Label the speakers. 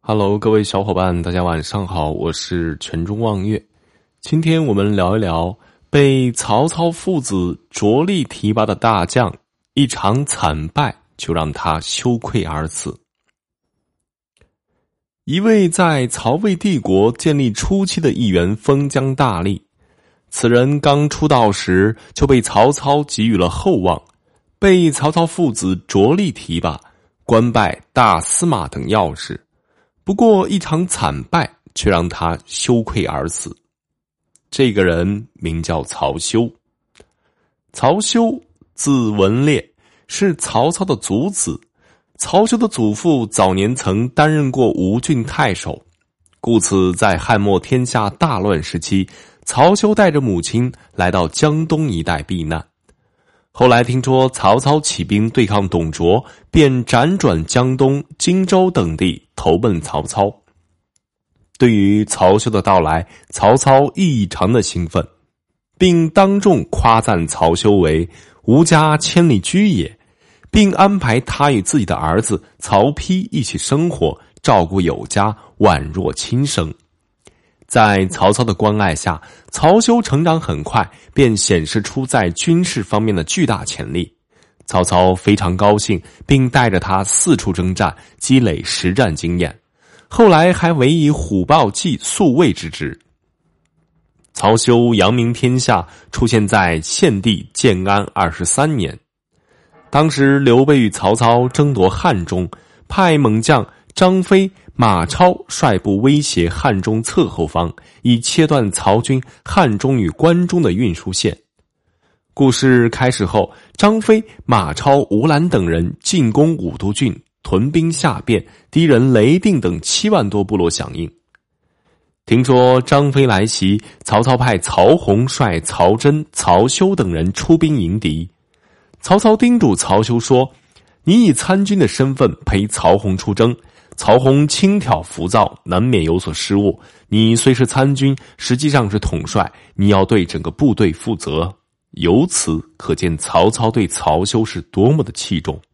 Speaker 1: Hello， 各位小伙伴，大家晚上好，我是全中望月。今天我们聊一聊被曹操父子着力提拔的大将，一场惨败就让他羞愧而死。一位在曹魏帝国建立初期的议员封疆大吏，此人刚出道时就被曹操给予了厚望，被曹操父子着力提拔，官拜大司马等要事。不过一场惨败却让他羞愧而死。这个人名叫曹休。曹休字文烈，是曹操的族子。曹休的祖父早年曾担任过吴郡太守，故此在汉末天下大乱时期，曹休带着母亲来到江东一带避难。后来听说曹操起兵对抗董卓，便辗转江东、荆州等地投奔曹操。对于曹休的到来，曹操异常的兴奋，并当众夸赞曹休为吴家千里驹也，并安排他与自己的儿子曹丕一起生活，照顾有加，宛若亲生。在曹操的关爱下，曹休成长很快，便显示出在军事方面的巨大潜力。曹操非常高兴，并带着他四处征战，积累实战经验。后来还委以虎豹骑宿卫之职。曹休扬名天下，出现在献帝建安23年。当时刘备与曹操争夺汉中，派猛将张飞、马超率部威胁汉中侧后方，以切断曹军汉中与关中的运输线。故事开始后，张飞、马超、吴兰等人进攻武都郡，屯兵下便，敌人雷定等7万多部落响应。听说张飞来袭，曹操派曹洪率曹真、曹休等人出兵迎敌。曹操叮嘱曹休说：“你以参军的身份陪曹洪出征，曹洪轻佻浮躁，难免有所失误。你虽是参军，实际上是统帅，你要对整个部队负责。”由此可见曹操对曹休是多么的器重。